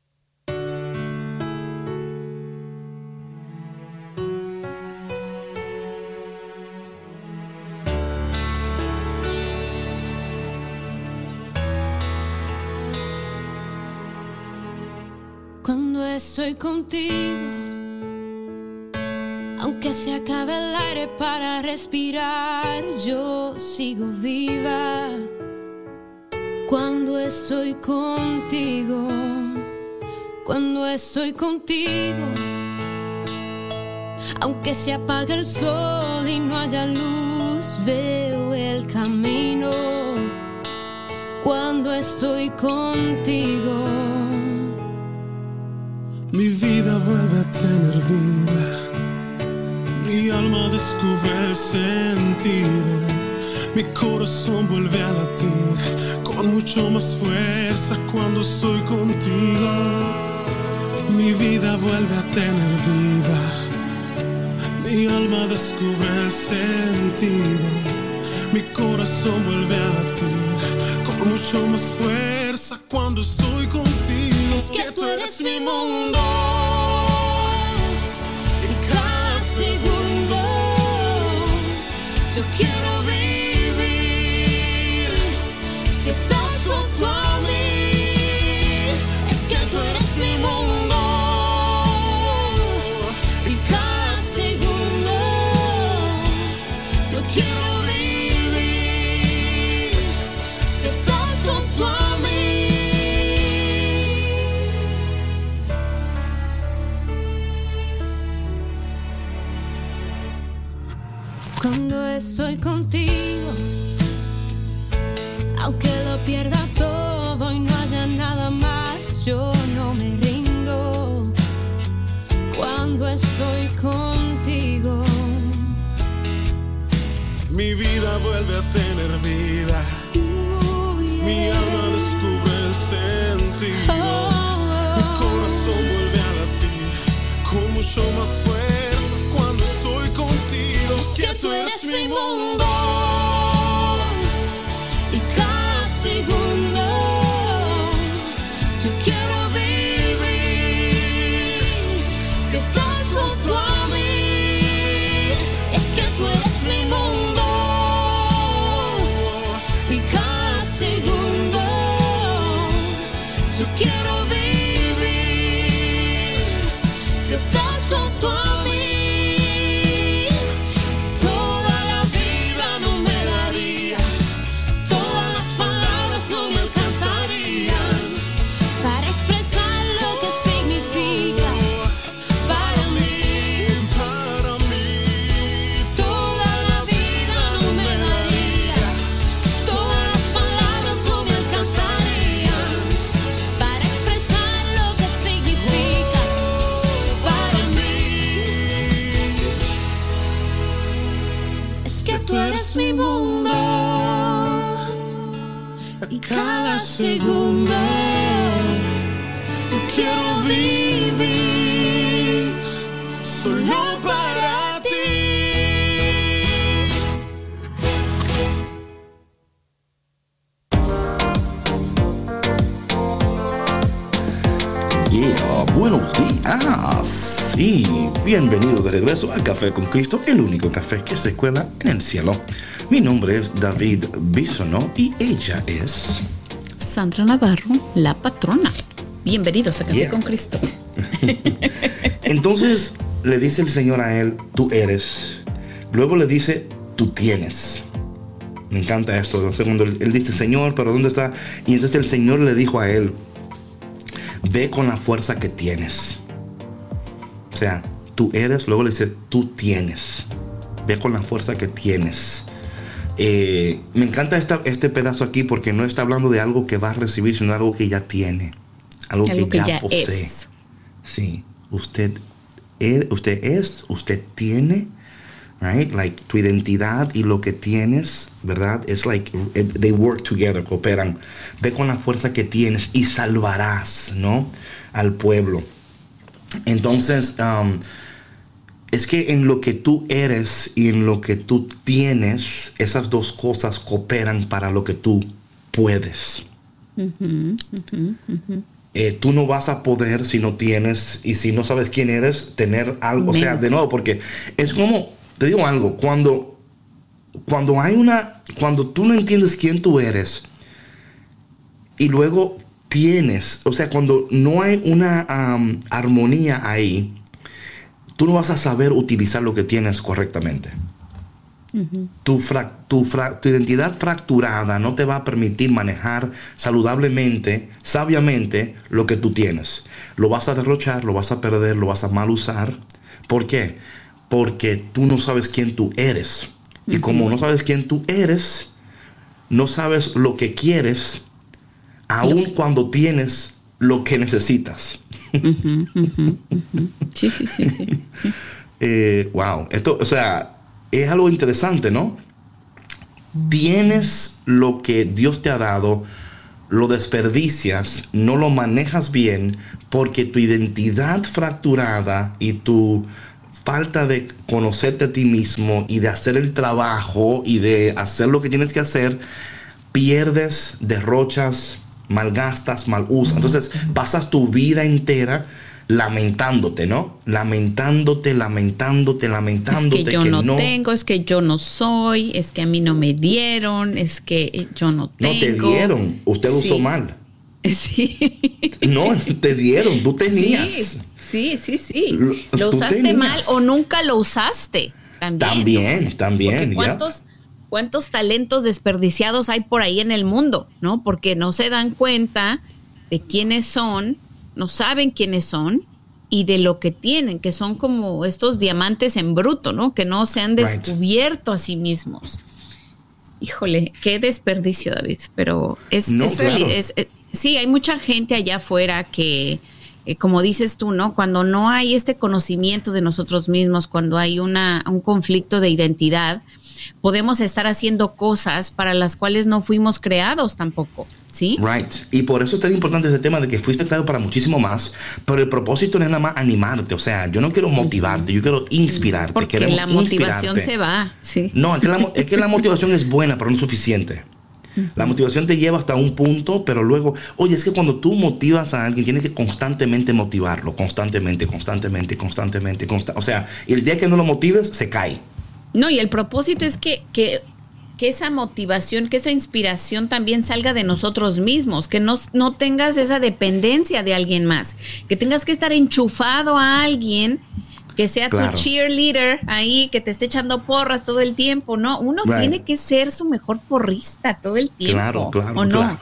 Cuando estoy contigo, aunque se acabe el aire para respirar, yo sigo viva. Cuando estoy contigo, aunque se apague el sol y no haya luz, veo el camino. Cuando estoy contigo, mi vida vuelve a tener vida, mi alma descubre sentido. Mi corazón vuelve a latir con mucho más fuerza cuando estoy contigo. Mi vida vuelve a tener vida, mi alma descubre sentido. Mi corazón vuelve a latir con mucho más fuerza cuando estoy contigo. Es que tú eres mi mundo, y cada segundo yo quiero vivir. Si estás junto a mí, es que tú eres mi mundo, y cada segundo yo quiero vivir. Si estás junto a mí. Cuando estoy contigo, aunque lo pierda todo y no haya nada más, yo no me rindo. Cuando estoy contigo, mi vida vuelve a tener vida, mi alma descubre sentido. Mi corazón vuelve a latir con mucho más fuerza cuando estoy contigo. Es que tú eres mi mundo, y cada segundo yo quiero vivir. Si estás junto a mí, es que tú eres mi mundo, y cada segundo yo quiero vivir. Si estás junto a mí, toda la vida que tú eres mi mundo. Y cada segundo yo quiero vivir solo para ti. Yeah, buenos días. Sí, bienvenido de regreso a Café con Cristo, el único café que se cuela en el cielo. Mi nombre es David Bisonó y ella es Sandra Navarro, la patrona. Bienvenidos a Café Yeah. con Cristo. Entonces le dice el Señor a él, tú eres. Luego le dice, tú tienes. Me encanta esto. ¿No? Segundo, él dice, Señor, pero ¿dónde está? Y entonces el Señor le dijo a él, ve con la fuerza que tienes. O sea, tú eres, luego le dice, tú tienes. Ve con la fuerza que tienes. Me encanta este pedazo aquí porque no está hablando de algo que va a recibir, sino algo que ya tiene. Algo que ya posee. Es. Sí, usted tiene, right? Like tu identidad y lo que tienes, ¿verdad? Es like they work together, cooperan. Ve con la fuerza que tienes y salvarás, ¿no? Al pueblo. Entonces, es que en lo que tú eres y en lo que tú tienes, esas dos cosas cooperan para lo que tú puedes. Tú no vas a poder si no tienes y si no sabes quién eres, tener algo. O sea, de nuevo, porque es como, te digo algo, cuando tú no entiendes quién tú eres y luego tienes, o sea, cuando no hay una armonía ahí, tú no vas a saber utilizar lo que tienes correctamente. Tu identidad fracturada no te va a permitir manejar saludablemente, sabiamente, lo que tú tienes. Lo vas a derrochar, lo vas a perder, lo vas a mal usar. ¿Por qué? Porque tú no sabes quién tú eres. Y como no sabes quién tú eres, no sabes lo que quieres, aun cuando tienes lo que necesitas. Sí. Wow, esto, o sea, es algo interesante, ¿no? Tienes lo que Dios te ha dado, lo desperdicias, no lo manejas bien, porque tu identidad fracturada y tu falta de conocerte a ti mismo y de hacer el trabajo y de hacer lo que tienes que hacer, pierdes, derrochas, malgastas, mal usas. Entonces pasas tu vida entera lamentándote, ¿no? Lamentándote. Es que yo no tengo, es que yo no soy, es que a mí no me dieron, es que yo no tengo. No te dieron, usted lo usó mal. Sí. No, te dieron, tú tenías. Sí. Lo usaste mal o nunca lo usaste. También. ¿Cuántos talentos desperdiciados hay por ahí en el mundo, ¿no? Porque no se dan cuenta de quiénes son, no saben quiénes son y de lo que tienen, que son como estos diamantes en bruto, ¿no? Que no se han descubierto a sí mismos. Híjole, qué desperdicio, David. Pero sí, hay mucha gente allá afuera que, como dices tú, ¿no? Cuando no hay este conocimiento de nosotros mismos, cuando hay un conflicto de identidad, podemos estar haciendo cosas para las cuales no fuimos creados tampoco, ¿sí? Right. Y por eso es tan importante ese tema de que fuiste creado para muchísimo más, pero el propósito no es nada más animarte. O sea, yo no quiero motivarte, yo quiero inspirarte. Porque la motivación se va, ¿sí? No, es que la motivación es buena, pero no es suficiente. La motivación te lleva hasta un punto, pero luego, oye, es que cuando tú motivas a alguien, tienes que constantemente motivarlo, constantemente. O sea, y el día que no lo motives, se cae. No, y el propósito es que esa motivación, que esa inspiración también salga de nosotros mismos, que no tengas esa dependencia de alguien más, que tengas que estar enchufado a alguien que sea tu cheerleader ahí, que te esté echando porras todo el tiempo, ¿no? Uno tiene que ser su mejor porrista todo el tiempo. Claro. ¿O no?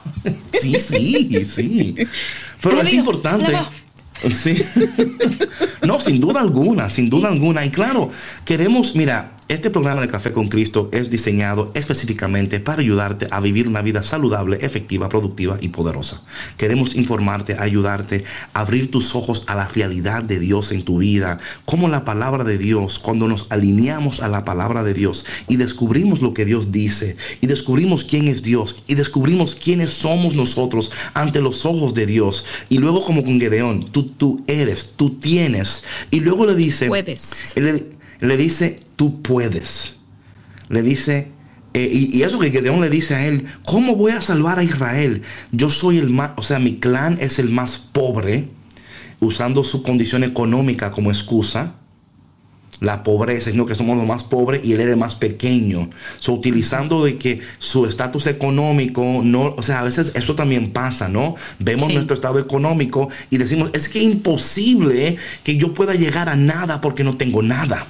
Sí. Pero es importante. Sí. No, sin duda alguna. Y claro, queremos, mira, Este programa de Café con Cristo es diseñado específicamente para ayudarte a vivir una vida saludable, efectiva, productiva y poderosa. Queremos informarte, ayudarte a abrir tus ojos a la realidad de Dios en tu vida, como la palabra de Dios, cuando nos alineamos a la palabra de Dios y descubrimos lo que Dios dice, y descubrimos quién es Dios, y descubrimos quiénes somos nosotros ante los ojos de Dios. Y luego, como con Gedeón, tú eres, tú tienes, y luego le dice, Puedes. Le dice, tú puedes. Le dice, y eso que Gedeón le dice a él, ¿cómo voy a salvar a Israel? Yo soy el más, o sea, mi clan es el más pobre, usando su condición económica como excusa. La pobreza, sino que somos los más pobres y él era el más pequeño. Utilizando de que su estatus económico, no, o sea, a veces eso también pasa, ¿no? Vemos nuestro estado económico y decimos, es que es imposible que yo pueda llegar a nada porque no tengo nada.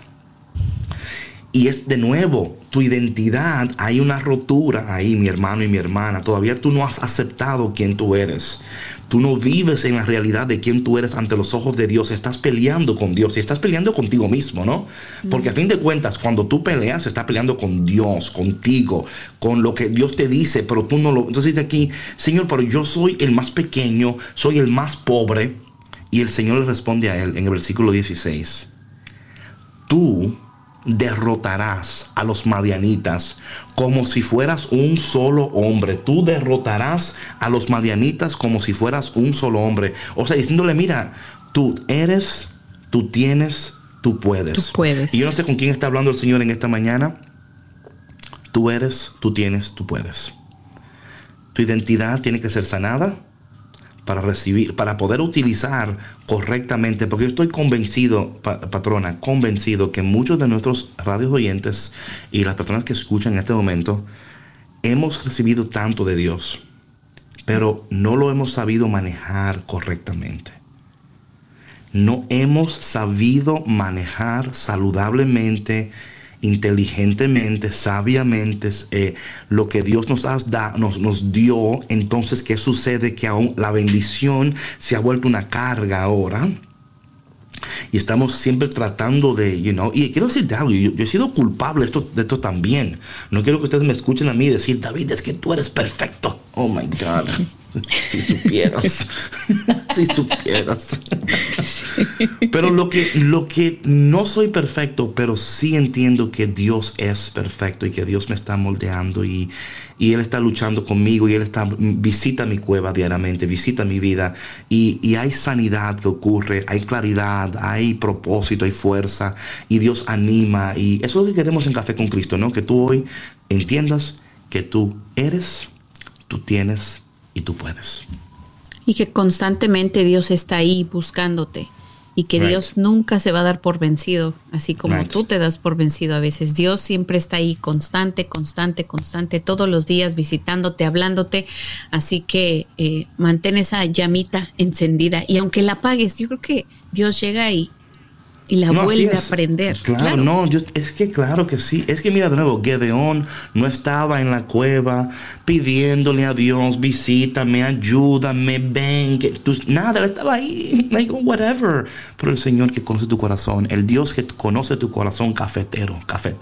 Y es de nuevo, tu identidad, hay una rotura ahí, mi hermano y mi hermana. Todavía tú no has aceptado quién tú eres. Tú no vives en la realidad de quién tú eres ante los ojos de Dios. Estás peleando con Dios y estás peleando contigo mismo, ¿no? Porque a fin de cuentas, cuando tú peleas, estás peleando con Dios, contigo, con lo que Dios te dice, pero tú no lo... Entonces dice aquí, Señor, pero yo soy el más pequeño, soy el más pobre. Y el Señor le responde a él en el versículo 16. Tú derrotarás a los madianitas como si fueras un solo hombre. Tú derrotarás a los madianitas como si fueras un solo hombre. O sea, diciéndole, mira, tú eres, tú tienes, tú puedes. Tú puedes. Y yo no sé con quién está hablando el Señor en esta mañana. Tú eres, tú tienes, tú puedes. Tu identidad tiene que ser sanada para recibir, para poder utilizar correctamente, porque yo estoy convencido, patrona, convencido que muchos de nuestros radios oyentes y las personas que escuchan en este momento hemos recibido tanto de Dios, pero no lo hemos sabido manejar correctamente. No hemos sabido manejar saludablemente, inteligentemente, sabiamente lo que Dios nos dio. Entonces, ¿qué sucede? Que aún la bendición se ha vuelto una carga ahora. Y estamos siempre tratando de, y quiero decirte algo, yo he sido culpable de esto también. No quiero que ustedes me escuchen a mí decir, David, es que tú eres perfecto. Oh my God. Si supieras. Si supieras. Pero lo que no soy perfecto, pero sí entiendo que Dios es perfecto y que Dios me está moldeando y Él está luchando conmigo y Él visita mi cueva diariamente, visita mi vida y hay sanidad que ocurre, hay claridad, hay propósito, hay fuerza y Dios anima, y eso es lo que queremos en Café con Cristo, ¿no? Que tú hoy entiendas que tú eres, tú tienes y tú puedes. Y que constantemente Dios está ahí buscándote. Y que Dios nunca se va a dar por vencido, así como tú te das por vencido a veces. Dios siempre está ahí constante, todos los días visitándote, hablándote. Así que mantén esa llamita encendida. Y aunque la apagues, yo creo que Dios llega ahí y la vuelve a prender. Claro, no, es que claro que sí. Es que mira de nuevo, Gedeón no estaba en la cueva pidiéndole a Dios, visítame, ayúdame, ven, nada, él estaba ahí, like whatever. Pero el Señor que conoce tu corazón, el Dios que conoce tu corazón cafetera,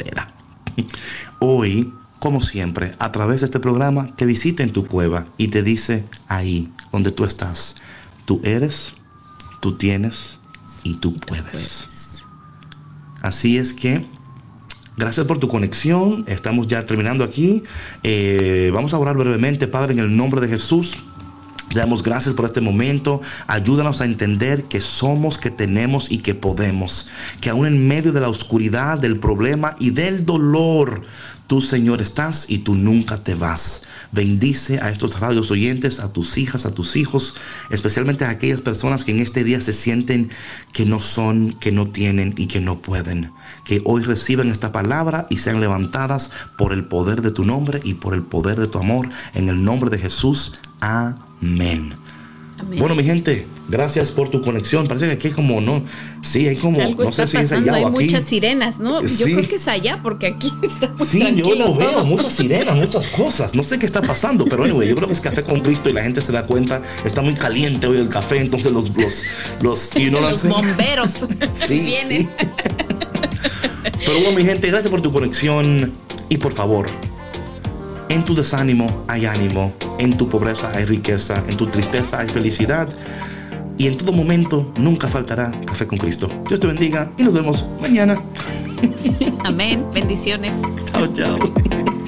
hoy, como siempre, a través de este programa, te visita en tu cueva y te dice ahí donde tú estás, tú eres, tú tienes y tú puedes. Así es que gracias por tu conexión. Estamos ya terminando aquí. Vamos a orar brevemente. Padre, en el nombre de Jesús, te damos gracias por este momento. Ayúdanos a entender que somos, que tenemos y que podemos. Que aún en medio de la oscuridad, del problema y del dolor, tú, Señor, estás y tú nunca te vas. Bendice a estos radios oyentes, a tus hijas, a tus hijos, especialmente a aquellas personas que en este día se sienten que no son, que no tienen y que no pueden. Que hoy reciban esta palabra y sean levantadas por el poder de tu nombre y por el poder de tu amor. En el nombre de Jesús. Amén. Amén. Bueno, mi gente, gracias por tu conexión. Parece que aquí hay como, no, sí, hay como, algo no está sé si pasando, es allá hay o aquí. muchas sirenas, ¿no? Sí. Yo creo que es allá, porque aquí está muy sí, tranquilo. yo lo veo, todo. muchas sirenas, muchas cosas. No sé qué está pasando, pero anyway, yo creo que es Café con Cristo y la gente se da cuenta. Está muy caliente hoy el café, entonces los Los bomberos sí, vienen. sí. Pero bueno, mi gente, gracias por tu conexión. Y por favor, en tu desánimo hay ánimo, en tu pobreza hay riqueza, en tu tristeza hay felicidad. Y en todo momento nunca faltará Café con Cristo. Dios te bendiga y nos vemos mañana. Amén. Bendiciones. Chao, chao.